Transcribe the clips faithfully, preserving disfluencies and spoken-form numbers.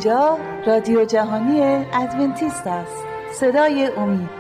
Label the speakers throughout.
Speaker 1: اینجا رادیو جهانی ادونتیست است، صدای امید.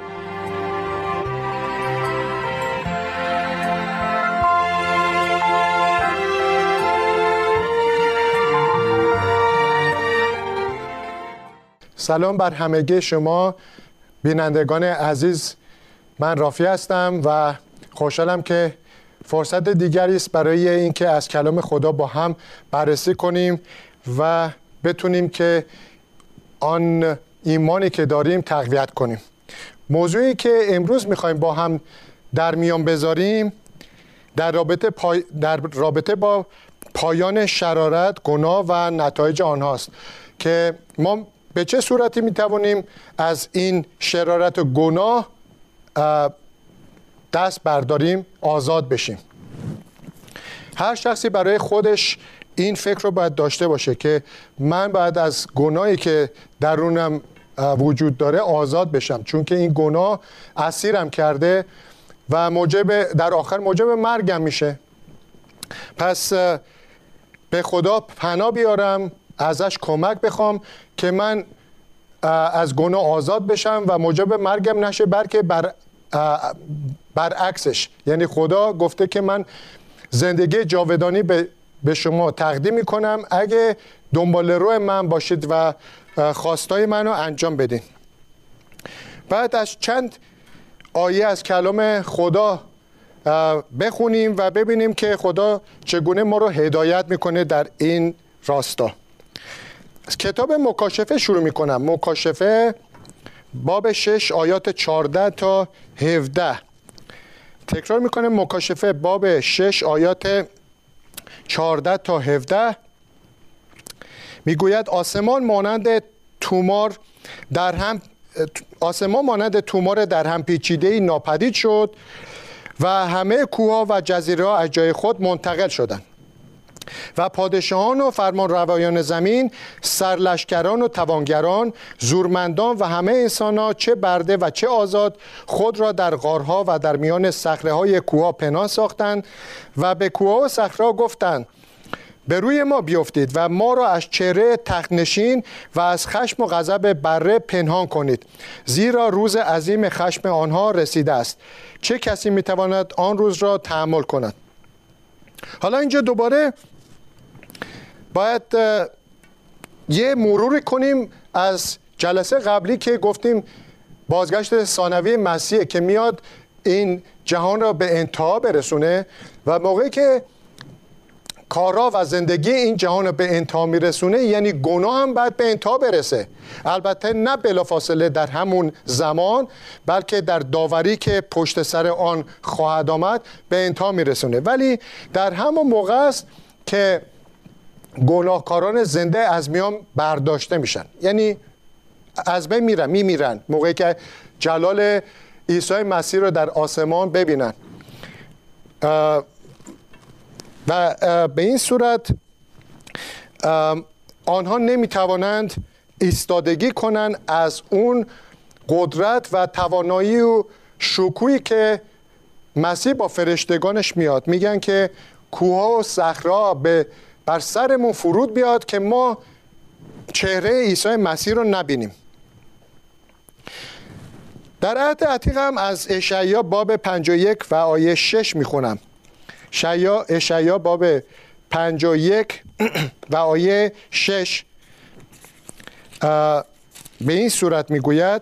Speaker 2: سلام بر همگی شما بینندگان عزیز. من رافی هستم و خوشحالم که فرصت دیگری است برای اینکه از کلام خدا با هم بررسی کنیم و بتونیم که آن ایمانی که داریم تقویت کنیم. موضوعی که امروز میخوایم با هم در میان بذاریم در رابطه, پای... در رابطه با پایان شرارت، گناه و نتایج آنهاست که ما به چه صورتی میتوانیم از این شرارت و گناه دست برداریم، آزاد بشیم. هر شخصی برای خودش این فکر رو باید داشته باشه که من باید از گناهی که درونم وجود داره آزاد بشم، چون که این گناه اسیرم کرده و موجب در آخر موجب مرگم میشه. پس به خدا پناه بیارم، ازش کمک بخوام که من از گناه آزاد بشم و موجب مرگم نشه، بلکه بر برعکسش. یعنی خدا گفته که من زندگی جاودانی به به شما تقدیم میکنم اگه دنبال روی من باشید و خواستای منو انجام بدین. بعد از چند آیه از کلام خدا بخونیم و ببینیم که خدا چگونه ما رو هدایت میکنه در این راستا. از کتاب مکاشفه شروع میکنم. مکاشفه باب شش آیات چهارده تا هفده. تکرار میکنم، مکاشفه باب شش آیات چهارده تا هفده میگوید آسمان مانند تومار در هم آسمان مانند تومار در هم پیچیده‌ای ناپدید شد و همه کوه‌ها و جزیره‌ها از جای خود منتقل شدند و پادشاهان و فرمانروایان زمین، سرلشکران و توانگران، زورمندان و همه انسان‌ها، چه برده و چه آزاد، خود را در غارها و در میان صخره‌های کوه‌ها پنهان ساختند و به کوه‌ها و صخره‌ها گفتند به روی ما بیفتید و ما را از چهره تخت‌نشین و از خشم و غضب بره پنهان کنید، زیرا روز عظیم خشم آنها رسیده است. چه کسی می‌تواند آن روز را تحمل کند؟ حالا اینجا دوباره باید یه مروری کنیم از جلسه قبلی که گفتیم بازگشت ثانوی مسیح که میاد این جهان را به انتها برسونه و موقعی که کارا و زندگی این جهان رو به انتها میرسونه، یعنی گناه هم باید به انتها برسه. البته نه بلافاصله در همون زمان، بلکه در داوری که پشت سر آن خواهد آمد به انتها میرسونه. ولی در همون موقع است که گناهکاران زنده از میان برداشته میشن، یعنی از بین میرن، میمیرن موقعی که جلال عیسی مسیح رو در آسمان ببینن. و به این صورت آنها نمیتوانند ایستادگی کنند از اون قدرت و توانایی و شکوهی که مسیح با فرشتگانش میاد. میگن که کوه‌ها و صخره‌ها به بر سرمون فرود بیاد که ما چهره عیسی مسیح رو نبینیم. در عهد عتیق هم از اشعیا باب پنجاه و یک و آیه شش میخونم. اشعیا اشعیا باب پنجاه و یک و آیه شش به این صورت میگوید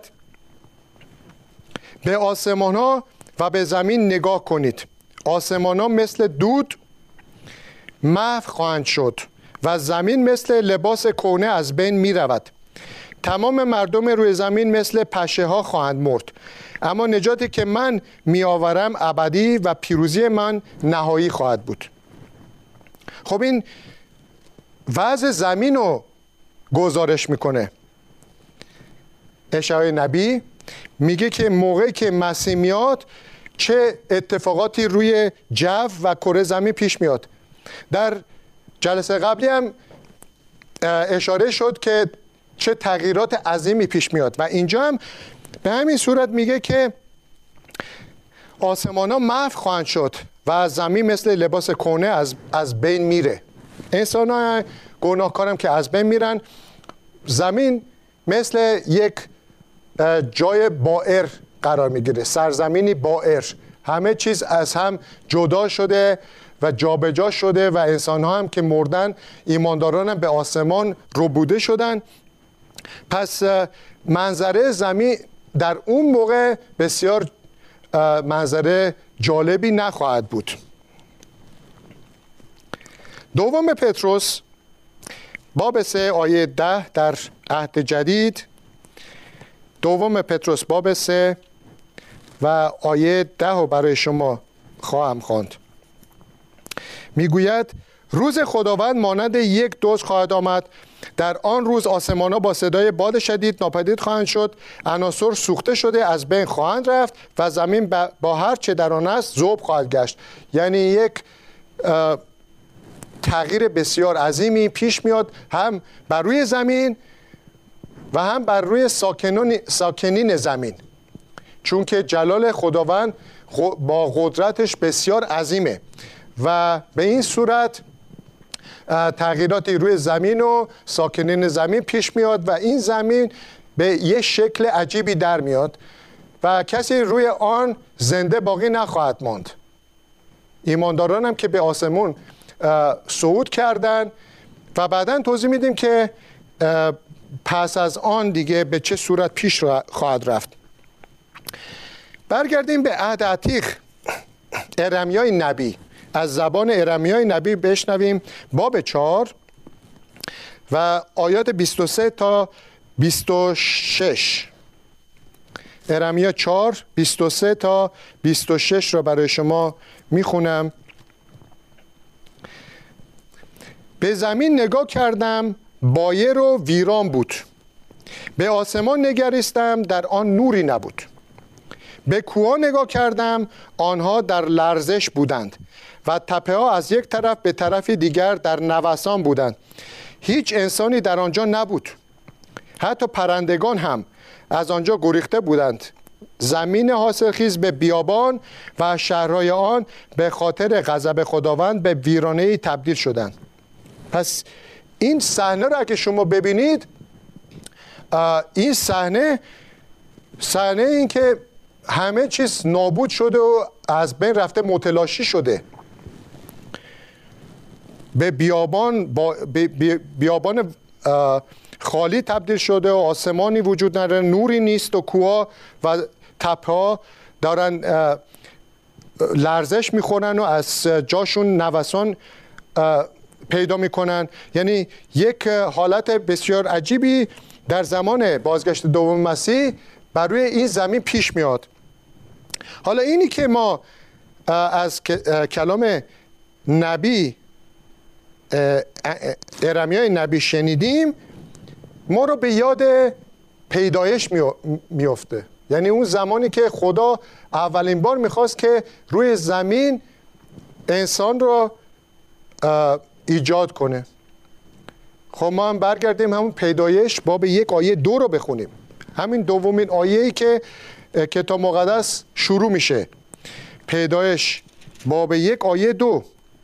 Speaker 2: به آسمان ها و به زمین نگاه کنید، آسمان ها مثل دود محو خواهند شد و زمین مثل لباس کهنه از بین می رود. تمام مردم روی زمین مثل پشه ها خواهند مرد، اما نجاتی که من می آورم ابدی و پیروزی من نهایی خواهد بود. خب این وضع زمین رو گزارش میکنه. اشعیا نبی میگه که موقعی که مسیح میاد چه اتفاقاتی روی جو و کره زمین پیش میاد. در جلسه قبلی هم اشاره شد که چه تغییرات عظیمی پیش میاد و اینجا هم به همین صورت میگه که آسمان ها محو خواهند شد و زمین مثل لباس کهنه از از بین میره. انسان ها گناهکارم که از بین میرن، زمین مثل یک جای بائر قرار میگیره، سرزمینی بائر، همه چیز از هم جدا شده و جابجا شده و انسان ها هم که مردن، ایمانداران هم به آسمان ربوده شدن. پس منظره زمین در اون موقع بسیار منظره جالبی نخواهد بود. دوم پتروس باب سه آیه ده در عهد جدید، دوم پتروس باب سه و آیه ده رو برای شما خواهم خواند. میگوید روز خداوند مانند یک دزد خواهد آمد، در آن روز آسمان‌ها با صدای باد شدید ناپدید خواهند شد، عناصر سوخته شده از بین خواهند رفت و زمین با هر چه در آن است ذوب خواهد گشت. یعنی یک تغییر بسیار عظیمی پیش میاد، هم بر روی زمین و هم بر روی ساکنین زمین، چون که جلال خداوند با قدرتش بسیار عظیمه و به این صورت تغییراتی روی زمین و ساکنین زمین پیش میاد و این زمین به یه شکل عجیبی در میاد و کسی روی آن زنده باقی نخواهد ماند. ایمانداران هم که به آسمون صعود کردن و بعداً توضیح میدیم که پس از آن دیگه به چه صورت پیش خواهد رفت. برگردیم به عهد عتیق، ارمیای نبی، از زبان ارمیای نبی بشنویم باب چهار و آیات بیست و سه تا بیست و شش. ارمیا چهار بیست و سه تا بیست و شش را برای شما میخونم. به زمین نگاه کردم، بایر و ویران بود. به آسمان نگریستم، در آن نوری نبود. به کوها نگاه کردم، آنها در لرزش بودند و تپه ها از یک طرف به طرف دیگر در نوسان بودند. هیچ انسانی در آنجا نبود، حتی پرندگان هم از آنجا گریخته بودند. زمین حاصلخیز به بیابان و شهرهای آن به خاطر غضب خداوند به ویرانه‌ای تبدیل شدند. پس این صحنه را که شما ببینید، این صحنه صحنه این که همه چیز نابود شده و از بین رفته، متلاشی شده، به بیابان با به بیابان خالی تبدیل شده و آسمانی وجود نداره، نوری نیست و کوها و تپه‌ها دارن لرزش میخورن و از جاشون نوسان پیدا میکنن. یعنی یک حالت بسیار عجیبی در زمان بازگشت دوم مسیح بر روی این زمین پیش میاد. حالا اینی که ما از کلام نبی، ارمیای نبی شنیدیم، ما رو به یاد پیدایش میفته. یعنی اون زمانی که خدا اولین بار میخواست که روی زمین انسان رو ایجاد کنه. خب ما هم برگردیم همون پیدایش باب یک آیه دو رو بخونیم، همین دومین آیه‌ای که کتاب مقدس شروع میشه. پیدایش باب یک آیه دو: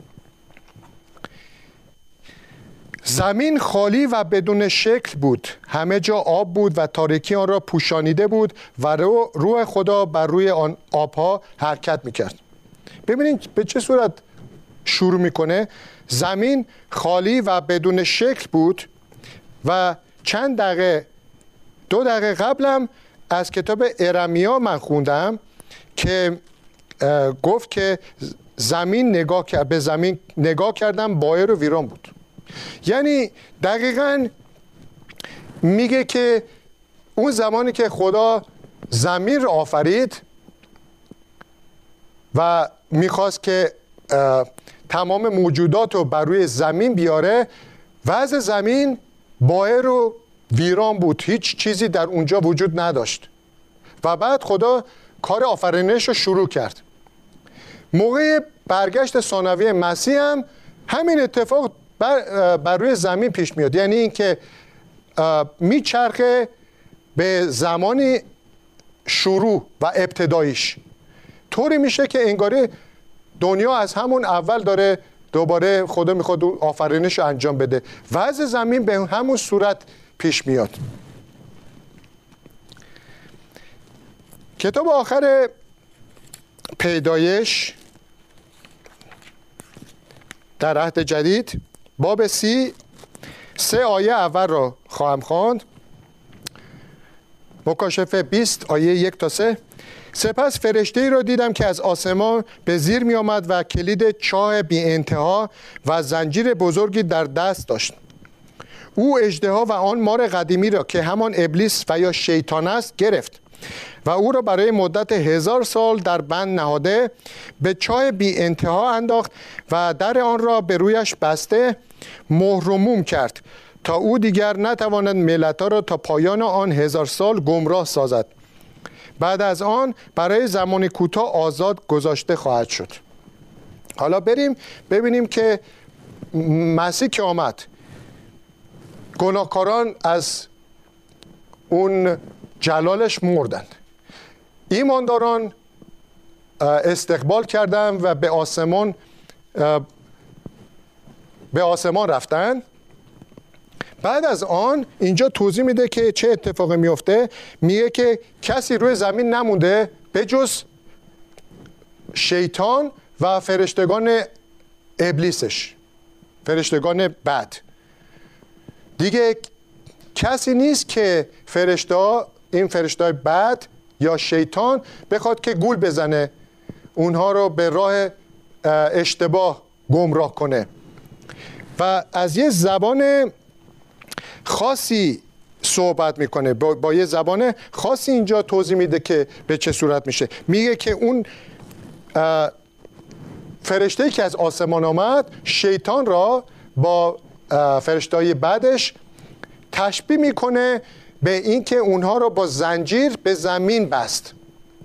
Speaker 2: زمین خالی و بدون شکل بود، همه جا آب بود و تاریکی آن را پوشانیده بود و روح خدا بر روی آن آبها حرکت میکرد. ببینید به چه صورت شروع میکنه. زمین خالی و بدون شکل بود و چند دقیقه دو دقیقه قبلم از کتاب ارمیا من خوندم که گفت که زمین نگاه به زمین نگاه کردم، بایر و ویران بود. یعنی دقیقاً میگه که اون زمانی که خدا زمین رو آفرید و میخواست که تمام موجودات رو بر روی زمین بیاره، وضع زمین بایر و ویران بود، هیچ چیزی در اونجا وجود نداشت و بعد خدا کار آفرینش رو شروع کرد. موقع برگشت ثانوی مسیح هم همین اتفاق بر, بر روی زمین پیش میاد. یعنی اینکه میچرخه به زمانی شروع و ابتداییش، طوری میشه که انگاری دنیا از همون اول داره دوباره خدا میخواد آفرینش رو انجام بده. وضع زمین به همون صورت پیش میاد. کتاب آخر پیدایش در عهد جدید باب سی سه آیه اول را خواهم خواند. مکاشفه بیست آیه یک تا سه. سپس فرشته‌ای را دیدم که از آسمان به زیر می آمد و کلید چاه بی انتها و زنجیر بزرگی در دست داشت. او اژدها و آن مار قدیمی را که همان ابلیس و یا شیطان است گرفت و او را برای مدت هزار سال در بند نهاده به چاه بی انتها انداخت و در آن را به رویش بسته مهر و موم کرد تا او دیگر نتواند ملت‌ها را تا پایان آن هزار سال گمراه سازد. بعد از آن برای زمان کوتاه آزاد گذاشته خواهد شد. حالا بریم ببینیم که مسیح که آمد گناهکاران از اون جلالش مردند، ایمانداران استقبال کردند و به آسمان به آسمان رفتند. بعد از آن اینجا توضیح میده که چه اتفاقی میفته. میگه که کسی روی زمین نمونده به جز شیطان و فرشتگان ابلیسش، فرشتگان بد. دیگه کسی نیست که فرشته، این فرشته بد یا شیطان بخواد که گول بزنه اونها رو به راه اشتباه گمراه کنه و از یه زبان خاصی صحبت میکنه، با, با یه زبان خاصی اینجا توضیح میده که به چه صورت میشه. میگه که اون فرشته‌ای که از آسمان آمد شیطان را با فرشته‌های بعدش تشبیه میکنه به این که اونها را با زنجیر به زمین بست.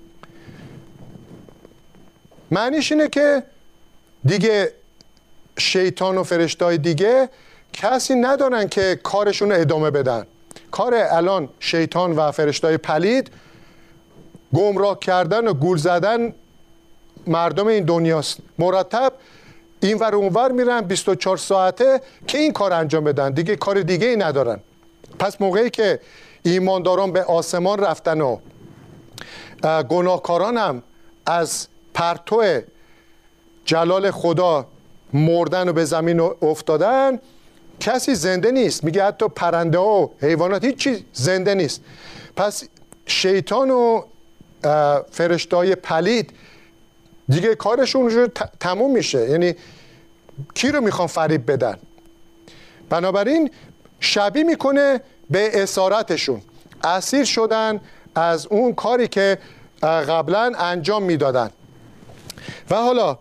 Speaker 2: معنیش اینه که دیگه شیطان و فرشته‌های دیگه کسی ندارن که کارشون رو ادامه بدن. کار الان شیطان و فرشته‌های پلید گمراه کردن و گول زدن مردم این دنیاست. مرتب این ور اون ور میرن بیست و چهار ساعته که این کار انجام بدن، دیگه کار دیگه ای ندارن. پس موقعی که ایمانداران به آسمان رفتن و گناهکاران هم از پرتو جلال خدا مردن و به زمین افتادن، کسی زنده نیست. میگه حتی پرنده ها و حیوانات هیچ چیز زنده نیست. پس شیطان و فرشته‌های پلید دیگه کارشون تموم میشه. یعنی کی رو میخوان فریب بدن؟ بنابراین شبیه میکنه به اسارتشون، اسیر شدن از اون کاری که قبلا انجام میدادن. و حالا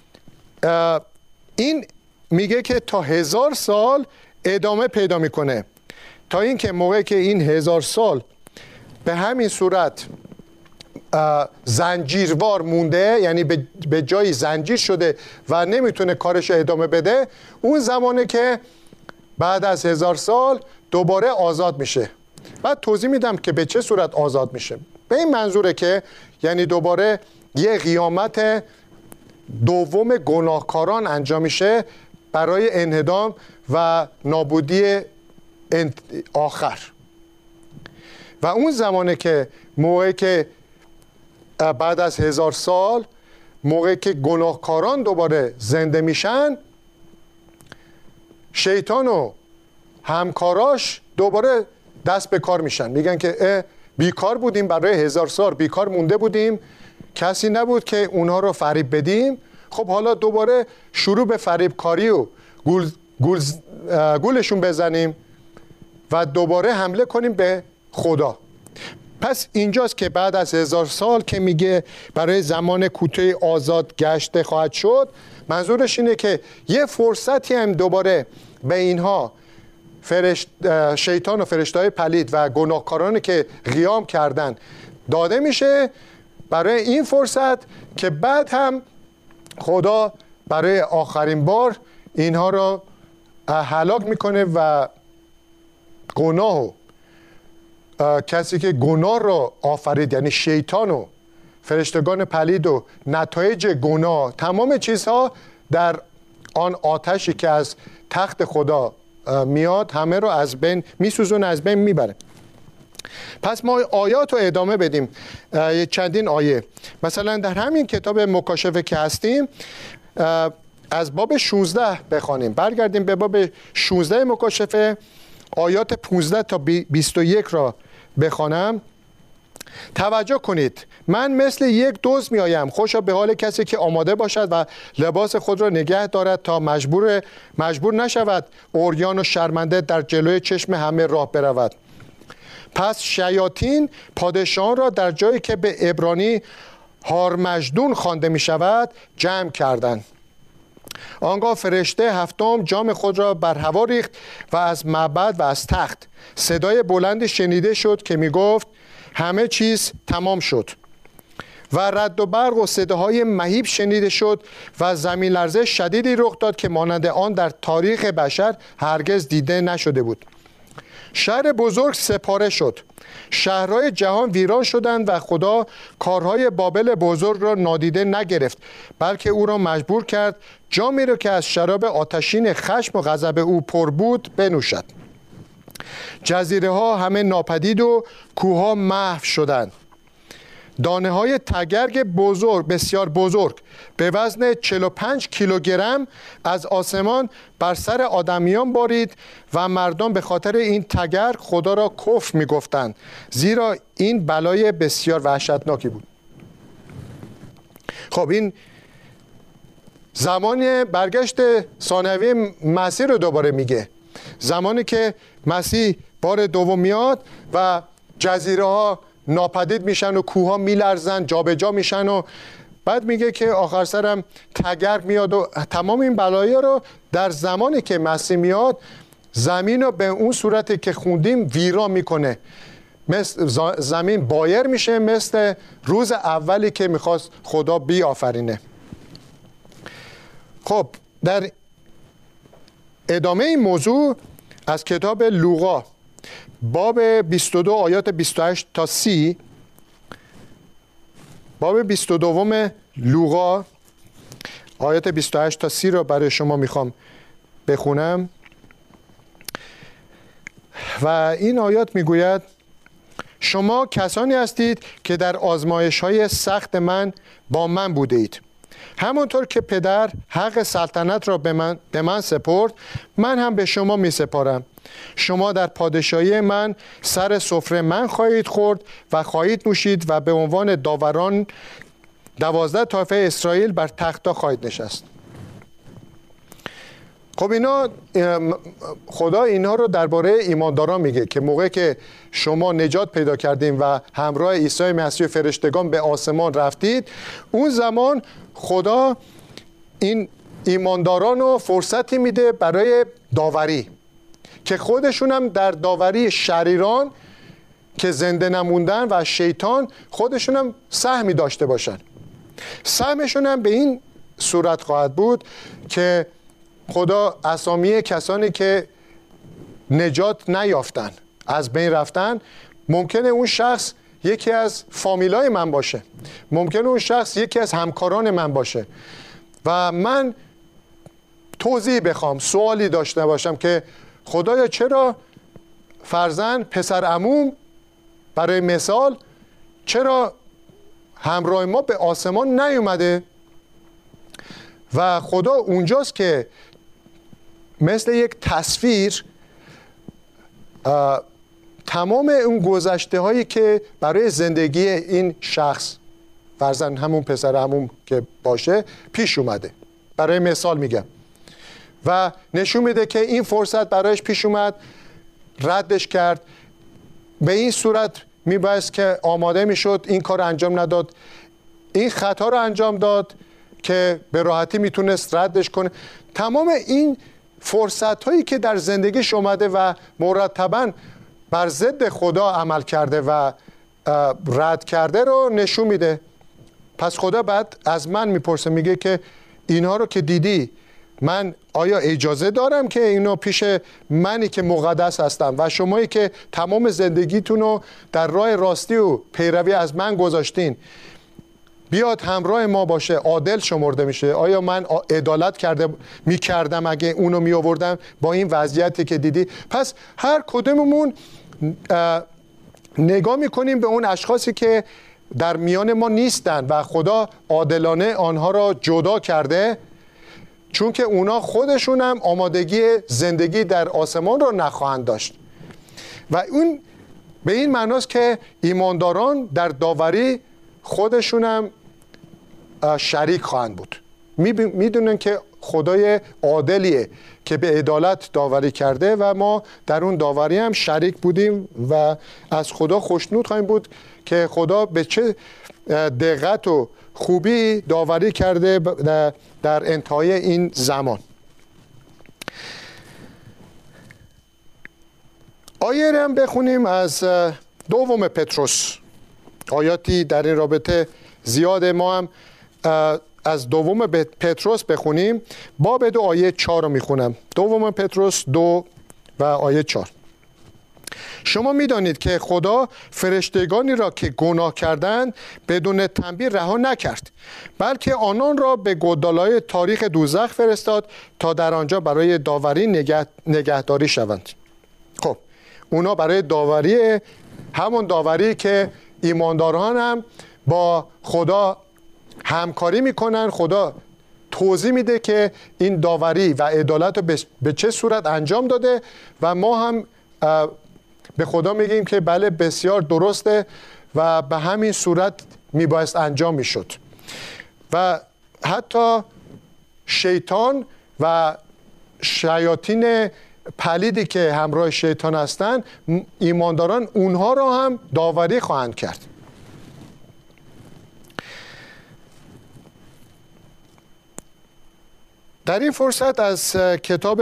Speaker 2: این میگه که تا هزار سال ادامه پیدا میکنه، تا اینکه موقعی که این هزار سال به همین صورت زنجیروار مونده، یعنی به جایی زنجیر شده و نمیتونه کارش ادامه بده، اون زمانه که بعد از هزار سال دوباره آزاد میشه. بعد توضیح میدم که به چه صورت آزاد میشه. به این منظوره که یعنی دوباره یه قیامت دوم گناهکاران انجام میشه برای انهدام و نابودی آخر. و اون زمانه که موقعی که بعد از هزار سال موقعی که گناهکاران دوباره زنده میشن، شیطان و همکاراش دوباره دست به کار میشن. میگن که بیکار بودیم، برای هزار سال بیکار مونده بودیم، کسی نبود که اونها رو فریب بدیم. خب حالا دوباره شروع به فریب کاری و گول، گول، گولشون بزنیم و دوباره حمله کنیم به خدا. پس اینجاست که بعد از هزار سال که میگه برای زمان کوتاه آزاد گشته خواهد شد، منظورش اینه که یه فرصتی هم دوباره به اینها فرشت، شیطان و فرشته‌های پلید و گناهکارانی که قیام کردن داده میشه برای این فرصت که بعد هم خدا برای آخرین بار اینها را هلاک میکنه و گناه و کسی که گناه را آفرید، یعنی شیطان و فرشتگان پلید و نتایج گناه، تمام چیزها در آن آتشی که از تخت خدا میاد همه رو از بین میسوزونه، از بین میبره. پس ما آیات رو ادامه بدیم، چندین آیه. مثلا در همین کتاب مکاشفه که هستیم از باب شانزده بخوانیم. برگردیم به باب شانزده مکاشفه، آیات پانزده تا بیست و یک را بخوانم. توجه کنید، من مثل یک دزد می آیم، خوشا به حال کسی که آماده باشد و لباس خود را نگه دارد تا مجبور مجبور نشود عریان و شرمنده در جلوی چشم همه راه برود. پس شیاطین پادشاهان را در جایی که به عبرانی هارمجدون خوانده می شود جمع کردند. آنگاه فرشته هفتم جام خود را بر هوا ریخت و از معبد و از تخت صدای بلندی شنیده شد که می گفت همه چیز تمام شد. و رعد و برق و صداهای مهیب شنیده شد و زمین لرزه شدیدی رخ داد که مانند آن در تاریخ بشر هرگز دیده نشده بود. شهر بزرگ سپاره شد، شهرهای جهان ویران شدند و خدا کارهای بابل بزرگ را نادیده نگرفت، بلکه او را مجبور کرد جامی را که از شراب آتشین خشم و غضب او پر بود بنوشد. جزیره ها همه ناپدید و کوه ها محو شدند. دانه های تگرگ بزرگ بسیار بزرگ به وزن چهل و پنج کیلوگرم از آسمان بر سر آدمیان بارید و مردم به خاطر این تگرگ خدا را کفر می گفتند، زیرا این بلای بسیار وحشتناکی بود. خب این زمان برگشت ثانوی مسیح رو دوباره میگه، زمانی که مسیح بار دوم میاد و جزیره ها ناپدید میشن و کوه ها میلرزن، جابجا میشن و بعد میگه که آخر سرم تگرگ میاد و تمام این بلایا رو در زمانی که مسیح میاد زمین رو به اون صورتی که خوندیم ویران میکنه، مثل زمین بایر میشه، مثل روز اولی که میخواست خدا بیافرینه. خب در ادامه این موضوع از کتاب لوقا باب بیست و دو آیات بیست و هشت تا سی، باب بیست و دو لوقا آیات بیست و هشت تا سی را برای شما میخوام بخونم و این آیات میگوید شما کسانی هستید که در آزمایش های سخت من با من بوده اید، همانطور که پدر حق سلطنت را به من, به من سپرد، من هم به شما می سپارم. شما در پادشاهی من سر سفره من خواهید خورد و خواهید نوشید و به عنوان داوران دوازده طایفه اسرائیل بر تختا خواهید نشست. خب اینا خدا اینها رو درباره ایمانداران میگه که موقع که شما نجات پیدا کردین و همراه عیسی مسیح و فرشتگان به آسمان رفتید، اون زمان خدا این ایمانداران رو فرصتی میده برای داوری که خودشون هم در داوری شریران که زنده نموندن و شیطان خودشون هم سهمی داشته باشن. سهمشون هم به این صورت خواهد بود که خدا اسامی کسانی که نجات نیافتن، از بین رفتن، ممکنه اون شخص یکی از فامیلای من باشه، ممکنه اون شخص یکی از همکاران من باشه و من توضیح بخوام، سوالی داشته باشم که خدایا چرا فرزند پسر عموم برای مثال چرا همراه ما به آسمان نیومده؟ و خدا اونجاست که مثل یک تصویر تمام اون گذشته هایی که برای زندگی این شخص فرزند همون پسر همون که باشه پیش اومده، برای مثال میگم، و نشون میده که این فرصت برایش پیش اومد، ردش کرد، به این صورت میبایست که آماده میشد، این کار انجام نداد، این خطا رو انجام داد که به راحتی میتونست ردش کنه. تمام این فرصت هایی که در زندگیش اومده و مرتباً بر ضد خدا عمل کرده و رد کرده رو نشون میده. پس خدا بعد از من میپرسه، میگه که اینها رو که دیدی، من آیا اجازه دارم که اینو پیش منی که مقدس هستم و شمایی که تمام زندگیتون رو در راه راستی و پیروی از من گذاشتین بیاد همراه ما باشه عادل شمرده میشه. آیا من عدالت کرده میکردم اگه اونو می آوردم با این وضعیتی که دیدی؟ پس هر کدوممون نگاه میکنیم به اون اشخاصی که در میان ما نیستن و خدا عادلانه آنها را جدا کرده، چون که اونا خودشون هم آمادگی زندگی در آسمان را نخواهند داشت. و اون به این معناست که ایمانداران در داوری خودشون هم شریک خواهند بود. میدونن که خدای عادلیه که به عدالت داوری کرده و ما در اون داوری هم شریک بودیم و از خدا خوشنود خواهیم بود که خدا به چه دقت و خوبی داوری کرده در انتهای این زمان. آیه را هم بخونیم از دوم پتروس. آیاتی در این رابطه زیاده، ما هم از دوم پتروس بخونیم. باب دو آیه چهار رو میخونم. دوم پتروس دو و آیه چهار. شما میدانید که خدا فرشتگانی را که گناه کردند بدون تنبیه رها نکرد، بلکه آنان را به گودالای تاریخ دوزخ فرستاد تا در آنجا برای داوری نگه، نگهداری شوند. خب اونا برای داوری، همون داوری که ایمانداران هم با خدا همکاری میکنن. خدا توضیح میده که این داوری و عدالت رو به چه صورت انجام داده و ما هم به خدا میگیم که بله بسیار درسته و به همین صورت میبایست انجام میشد. و حتی شیطان و شیاطین پلیدی که همراه شیطان هستند، ایمانداران اونها را هم داوری خواهند کرد. در این فرصت از کتاب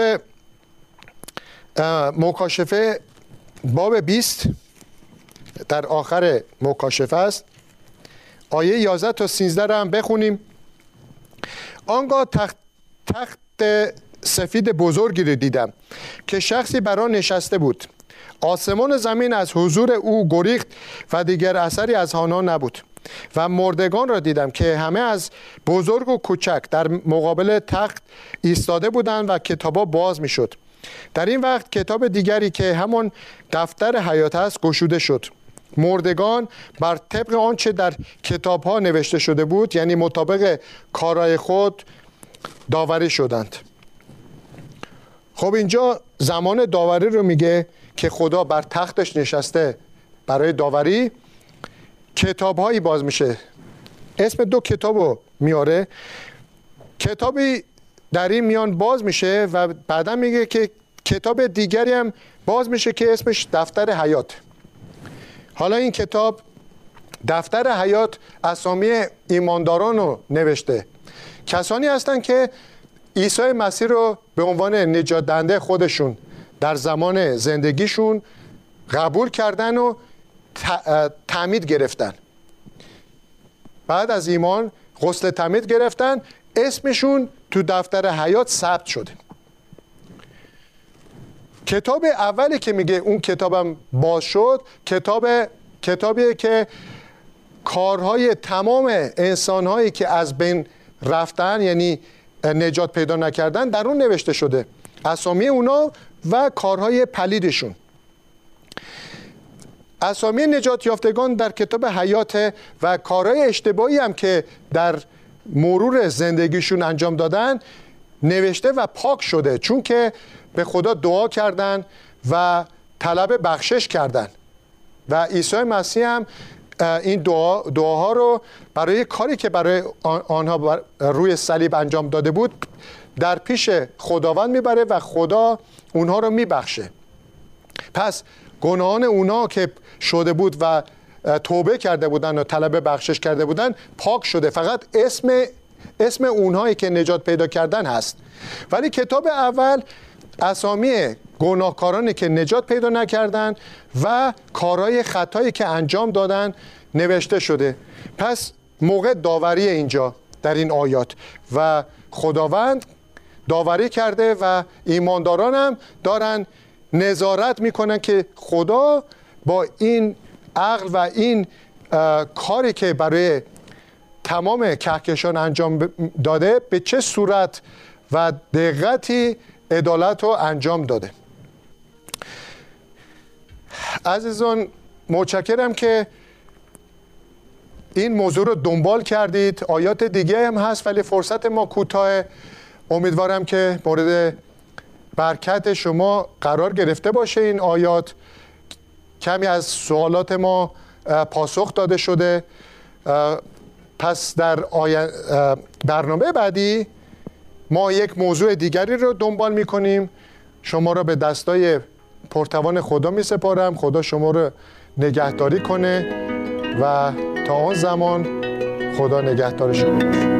Speaker 2: مکاشفه باب بیست در آخر مکاشفه است، آیه یازده تا سیزده را هم بخونیم. آنگاه تخت, تخت سفید بزرگی را دیدم که شخصی بر آن نشسته بود. آسمان و زمین از حضور او گریخت و دیگر اثری از آنها نبود. و مردگان را دیدم که همه از بزرگ و کوچک در مقابل تخت ایستاده بودند و کتابا باز می شد. در این وقت کتاب دیگری که همان دفتر حیات است گشوده شد. مردگان بر طبق آنچه در کتاب ها نوشته شده بود، یعنی مطابق کارهای خود، داوری شدند. خب اینجا زمان داوری رو میگه که خدا بر تختش نشسته برای داوری. کتاب هایی باز میشه. اسم دو کتاب رو میاره. کتابی در این میان باز میشه و بعدا میگه که کتاب دیگری هم باز میشه که اسمش دفتر حیات. حالا این کتاب دفتر حیات اسامی ایمانداران رو نوشته. کسانی هستن که عیسی مسیح رو به عنوان نجات دهنده خودشون در زمان زندگیشون قبول کردن و تعمید گرفتن. بعد از ایمان غسل تعمید گرفتن، اسمشون تو دفتر حیات ثبت شده. کتاب اولی که میگه اون کتابم باز شد، کتاب کتابیه که کارهای تمام انسانهایی که از بین رفتن، یعنی نجات پیدا نکردن، در اون نوشته شده، اسامی اونا و کارهای پلیدشون. اسامی نجات یافتگان در کتاب حیات و کارهای اشتباهی هم که در مرور زندگیشون انجام دادن نوشته و پاک شده، چون که به خدا دعا کردن و طلب بخشش کردن. و عیسی مسیح هم این دعا دعاها رو برای کاری که برای آنها روی صلیب انجام داده بود در پیش خداوند میبره و خدا اونها رو میبخشه. پس گناهان اونها که شده بود و توبه کرده بودن و طلب بخشش کرده بودن پاک شده. فقط اسم اسم اونهایی که نجات پیدا کردن هست. ولی کتاب اول اسامی گناهکارانی که نجات پیدا نکردن و کارهای خطایی که انجام دادن نوشته شده. پس موقع داوری اینجا در این آیات و خداوند داوری کرده و ایمانداران هم دارن نظارت میکنن که خدا با این عقل و این کاری که برای تمام کهکشان انجام داده به چه صورت و دقتی عدالت رو انجام داده. عزیزان متشکرم که این موضوع رو دنبال کردید. آیات دیگه هم هست ولی فرصت ما کوتاه. امیدوارم که مورد برکت شما قرار گرفته باشه این آیات. کمی از سوالات ما پاسخ داده شده. پس در برنامه بعدی ما یک موضوع دیگری رو دنبال میکنیم. شما را به دستای پرتوان خدا می سپارم. خدا شما رو نگهداری کنه و تا آن زمان خدا نگهدار شما باشه.